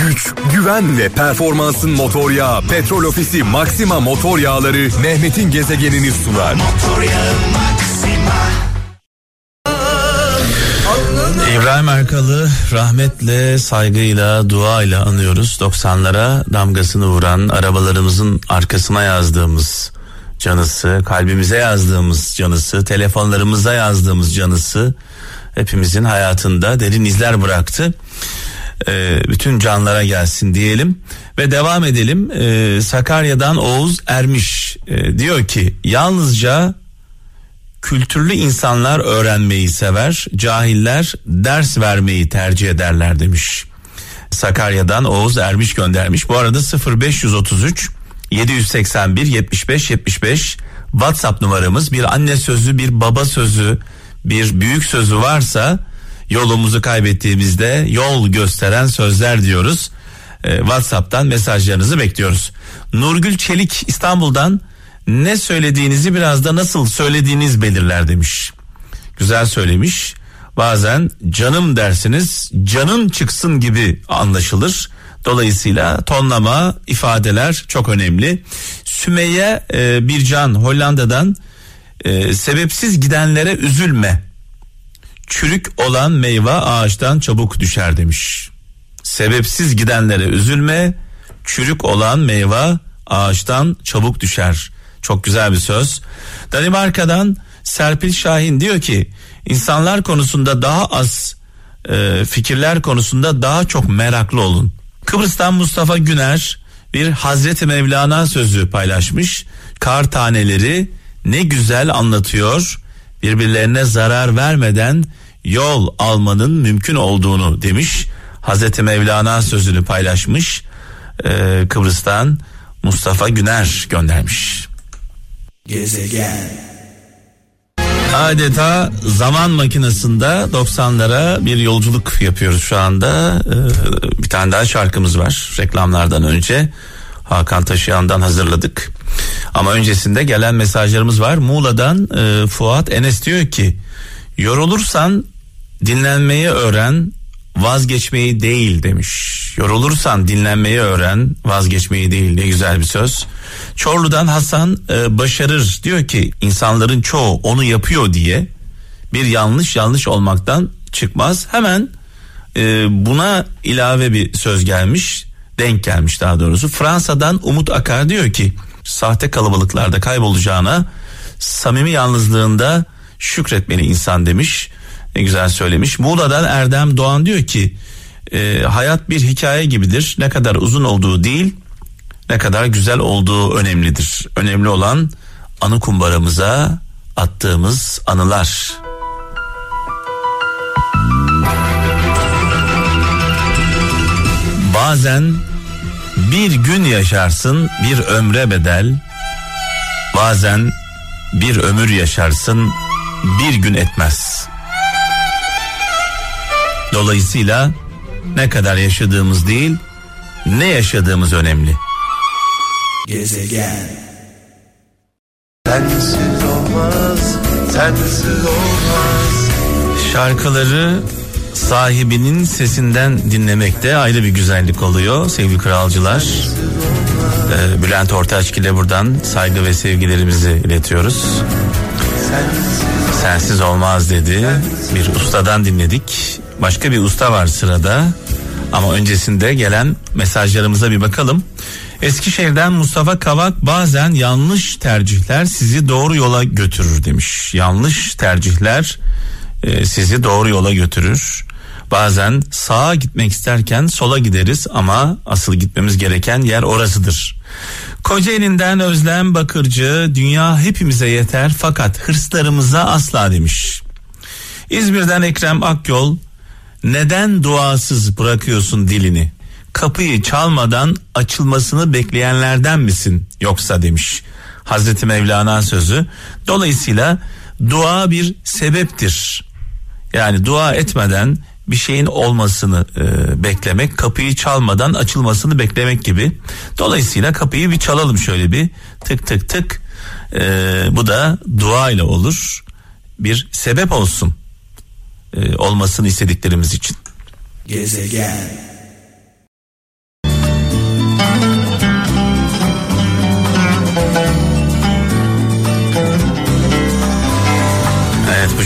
güç, güven ve performansın motor yağı Petrol Ofisi Maxima motor yağları Mehmet'in gezegenini sunar. Motor yağı Maxima. İbrahim Erkal'ı rahmetle, saygıyla, duayla anıyoruz. 90'lara damgasını vuran, arabalarımızın arkasına yazdığımız canısı, kalbimize yazdığımız canısı, telefonlarımıza yazdığımız canısı hepimizin hayatında derin izler bıraktı. Bütün canlara gelsin diyelim ve devam edelim. Sakarya'dan Oğuz Ermiş diyor ki yalnızca kültürlü insanlar öğrenmeyi sever, cahiller ders vermeyi tercih ederler demiş. Sakarya'dan Oğuz Ermiş göndermiş. Bu arada 0533 781 75 75 WhatsApp numaramız. Bir anne sözü, bir baba sözü, bir büyük sözü varsa yolumuzu kaybettiğimizde yol gösteren sözler diyoruz. WhatsApp'tan mesajlarınızı bekliyoruz. Nurgül Çelik İstanbul'dan ne söylediğinizi biraz da nasıl söylediğiniz belirler demiş. Güzel söylemiş. Bazen canım dersiniz, canın çıksın gibi anlaşılır. Dolayısıyla tonlama, ifadeler çok önemli. Sümeyye Bircan Hollanda'dan sebepsiz gidenlere üzülme. Çürük olan meyve ağaçtan çabuk düşer demiş. Sebepsiz gidenlere üzülme. Çürük olan meyve ağaçtan çabuk düşer. Çok güzel bir söz. Danimarka'dan Serpil Şahin diyor ki insanlar konusunda daha az, fikirler konusunda daha çok meraklı olun. Kıbrıs'tan Mustafa Güner bir Hazreti Mevlana sözü paylaşmış. Kar taneleri ne güzel anlatıyor, birbirlerine zarar vermeden yol almanın mümkün olduğunu demiş. Hazreti Mevlana sözünü paylaşmış. Kıbrıs'tan Mustafa Güner göndermiş. Gezegen. Adeta zaman makinesinde 90'lara bir yolculuk yapıyoruz şu anda. Bir tane daha şarkımız var reklamlardan önce. Hakan Taşıyan'dan hazırladık. Ama öncesinde gelen mesajlarımız var. Muğla'dan Fuat Enes diyor ki yorulursan dinlenmeyi öğren, vazgeçmeyi değil demiş. Yorulursan dinlenmeyi öğren, vazgeçmeyi değil. Ne güzel bir söz. Çorlu'dan Hasan Başarır diyor ki insanların çoğu onu yapıyor diye bir yanlış olmaktan çıkmaz. Hemen buna ilave bir söz gelmiş, denk gelmiş daha doğrusu. Fransa'dan Umut Akar diyor ki sahte kalabalıklarda kaybolacağına samimi yalnızlığında şükretmeli insan demiş. Ne güzel söylemiş. Muğla'dan Erdem Doğan diyor ki hayat bir hikaye gibidir. Ne kadar uzun olduğu değil, ne kadar güzel olduğu önemlidir. Önemli olan anı kumbaramıza attığımız anılar. Bazen bir gün yaşarsın bir ömre bedel. Bazen bir ömür yaşarsın bir gün etmez. Dolayısıyla ne kadar yaşadığımız değil, ne yaşadığımız önemli. Gezegen. Sensiz olmaz, sensiz olmaz. Şarkıları sahibinin sesinden dinlemekte ayrı bir güzellik oluyor sevgili kralcılar. Bülent Ortaçgil'e buradan saygı ve sevgilerimizi iletiyoruz. Sensiz olmaz dedi. Bir ustadan dinledik. Başka bir usta var sırada. Ama öncesinde gelen mesajlarımıza bir bakalım. Eskişehir'den Mustafa Kavak bazen yanlış tercihler sizi doğru yola götürür demiş. Yanlış tercihler sizi doğru yola götürür. Bazen sağa gitmek isterken sola gideriz ama asıl gitmemiz gereken yer orasıdır. Kocaeli'nden Özlem Bakırcı dünya hepimize yeter fakat hırslarımıza asla demiş. İzmir'den Ekrem Akyol neden duasız bırakıyorsun dilini? Kapıyı çalmadan açılmasını bekleyenlerden misin yoksa demiş. Hazreti Mevlana sözü. Dolayısıyla dua bir sebeptir. Yani dua etmeden bir şeyin olmasını beklemek, kapıyı çalmadan açılmasını beklemek gibi. Dolayısıyla kapıyı bir çalalım şöyle bir tık tık tık. Bu da dua ile olur. Bir sebep olsun olmasını istediklerimiz için. Gezegen.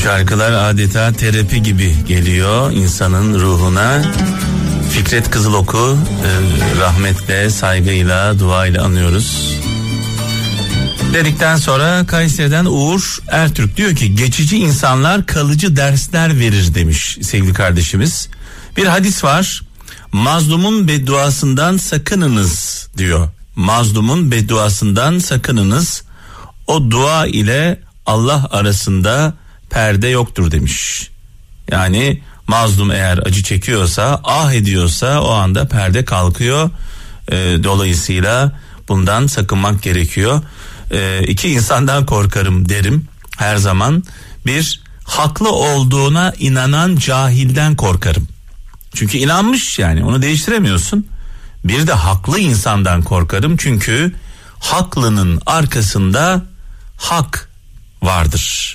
şarkılar adeta terapi gibi geliyor insanın ruhuna. Fikret Kızılok'u rahmetle, saygıyla, duayla anıyoruz. Dedikten sonra Kayseri'den Uğur Ertürk diyor ki geçici insanlar kalıcı dersler verir demiş sevgili kardeşimiz. Bir hadis var, mazlumun bedduasından sakınınız diyor. Mazlumun bedduasından sakınınız, o dua ile Allah arasında perde yoktur demiş. Yani mazlum eğer acı çekiyorsa, ah ediyorsa o anda perde kalkıyor. Dolayısıyla bundan sakınmak gerekiyor. İki insandan korkarım derim her zaman. Bir, haklı olduğuna inanan cahilden korkarım. Çünkü inanmış, yani onu değiştiremiyorsun. Bir de haklı insandan korkarım. Çünkü haklının arkasında hak vardır.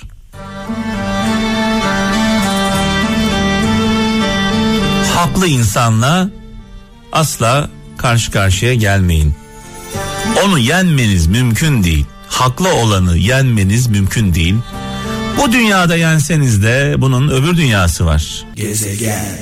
Haklı insanla asla karşı karşıya gelmeyin. Onu yenmeniz mümkün değil. Haklı olanı yenmeniz mümkün değil. Bu dünyada yenseniz de bunun öbür dünyası var. Gezegen.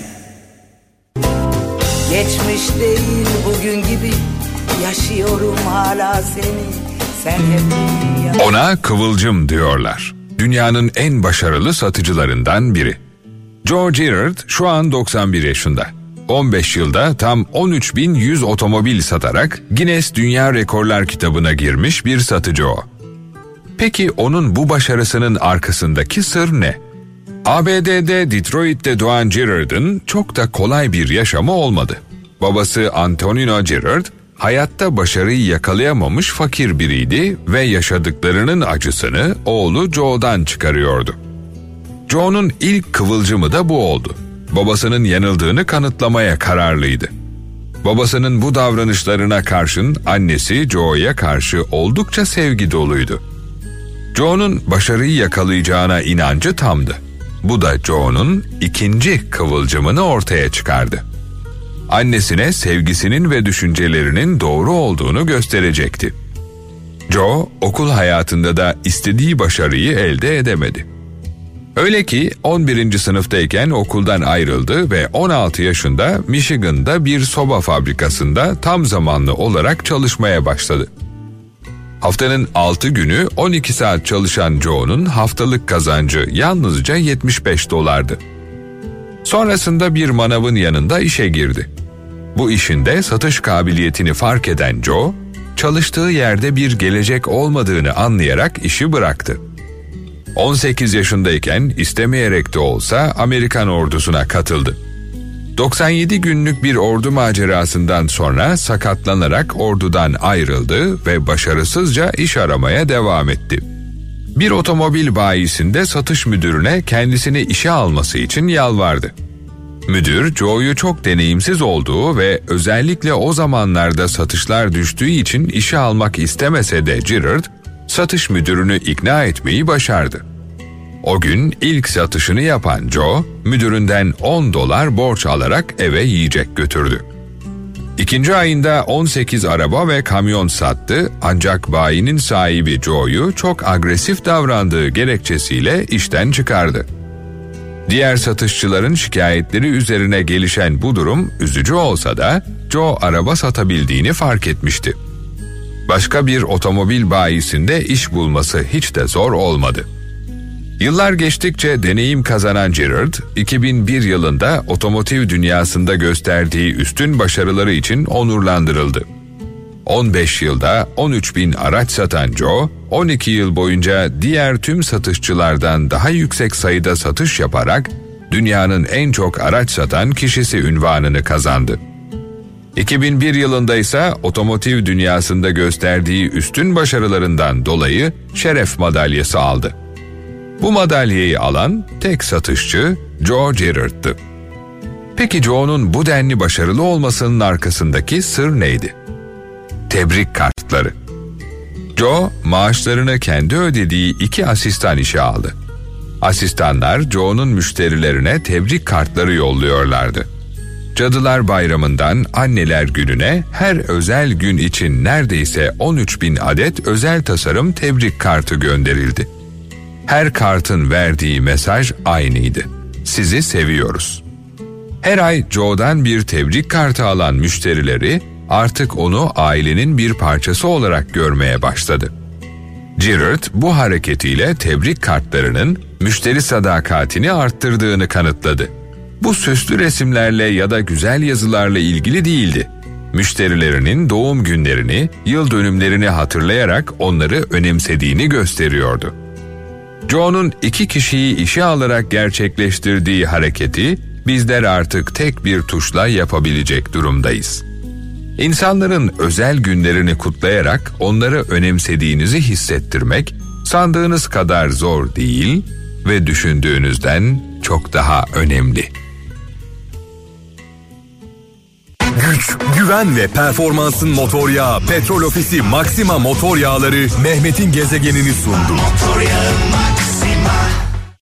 Geçmiş değil bugün gibi, yaşıyorum hala seni. Sen hep ona Kıvılcım diyorlar. Dünyanın en başarılı satıcılarından biri. Joe Girard şu an 91 yaşında. 15 yılda tam 13.100 otomobil satarak Guinness Dünya Rekorlar kitabına girmiş bir satıcı o. Peki onun bu başarısının arkasındaki sır ne? ABD'de Detroit'te doğan Girard'ın çok da kolay bir yaşamı olmadı. Babası Antonino Girard, hayatta başarıyı yakalayamamış fakir biriydi ve yaşadıklarının acısını oğlu Joe'dan çıkarıyordu. Joe'nun ilk kıvılcımı da bu oldu. Babasının yanıldığını kanıtlamaya kararlıydı. Babasının bu davranışlarına karşın annesi Joe'ya karşı oldukça sevgi doluydu. Joe'nun başarıyı yakalayacağına inancı tamdı. Bu da Joe'nun ikinci kıvılcımını ortaya çıkardı. Annesine sevgisinin ve düşüncelerinin doğru olduğunu gösterecekti. Joe, okul hayatında da istediği başarıyı elde edemedi. Öyle ki 11. sınıftayken okuldan ayrıldı ve 16 yaşında Michigan'da bir soba fabrikasında tam zamanlı olarak çalışmaya başladı. Haftanın 6 günü 12 saat çalışan Joe'nun haftalık kazancı yalnızca $75'dı. Sonrasında bir manavın yanında işe girdi. Bu işinde satış kabiliyetini fark eden Joe, çalıştığı yerde bir gelecek olmadığını anlayarak işi bıraktı. 18 yaşındayken istemeyerek de olsa Amerikan ordusuna katıldı. 97 günlük bir ordu macerasından sonra sakatlanarak ordudan ayrıldı ve başarısızca iş aramaya devam etti. Bir otomobil bayisinde satış müdürüne kendisini işe alması için yalvardı. Müdür, Joe'yu çok deneyimsiz olduğu ve özellikle o zamanlarda satışlar düştüğü için işe almak istemese de Girard, satış müdürünü ikna etmeyi başardı. O gün ilk satışını yapan Joe, müdüründen $10 borç alarak eve yiyecek götürdü. İkinci ayında 18 araba ve kamyon sattı, ancak bayinin sahibi Joe'yu çok agresif davrandığı gerekçesiyle işten çıkardı. Diğer satışçıların şikayetleri üzerine gelişen bu durum üzücü olsa da Joe araba satabildiğini fark etmişti. Başka bir otomobil bayisinde iş bulması hiç de zor olmadı. Yıllar geçtikçe deneyim kazanan Girard, 2001 yılında otomotiv dünyasında gösterdiği üstün başarıları için onurlandırıldı. 15 yılda 13.000 araç satan Joe, 12 yıl boyunca diğer tüm satışçılardan daha yüksek sayıda satış yaparak dünyanın en çok araç satan kişisi unvanını kazandı. 2001 yılında ise otomotiv dünyasında gösterdiği üstün başarılarından dolayı şeref madalyası aldı. Bu madalyayı alan tek satışçı Joe Girard'tı. Peki Joe'nun bu denli başarılı olmasının arkasındaki sır neydi? Tebrik kartları. Joe, maaşlarını kendi ödediği 2 asistan işe aldı. Asistanlar Joe'nun müşterilerine tebrik kartları yolluyorlardı. Cadılar Bayramı'ndan Anneler Günü'ne her özel gün için neredeyse 13.000 adet özel tasarım tebrik kartı gönderildi. Her kartın verdiği mesaj aynıydı. Sizi seviyoruz. Her ay Joe'dan bir tebrik kartı alan müşterileri artık onu ailenin bir parçası olarak görmeye başladı. Girard bu hareketiyle tebrik kartlarının müşteri sadakatini arttırdığını kanıtladı. Bu süslü resimlerle ya da güzel yazılarla ilgili değildi. Müşterilerinin doğum günlerini, yıl dönümlerini hatırlayarak onları önemsediğini gösteriyordu. Joe'nun 2 kişiyi işe alarak gerçekleştirdiği hareketi bizler artık tek bir tuşla yapabilecek durumdayız. İnsanların özel günlerini kutlayarak onları önemsediğinizi hissettirmek sandığınız kadar zor değil ve düşündüğünüzden çok daha önemli. Güç, güven ve performansın motor yağı Petrol Ofisi Maxima motor yağları Mehmet'in gezegenini sundu. Motor yağı Maxima.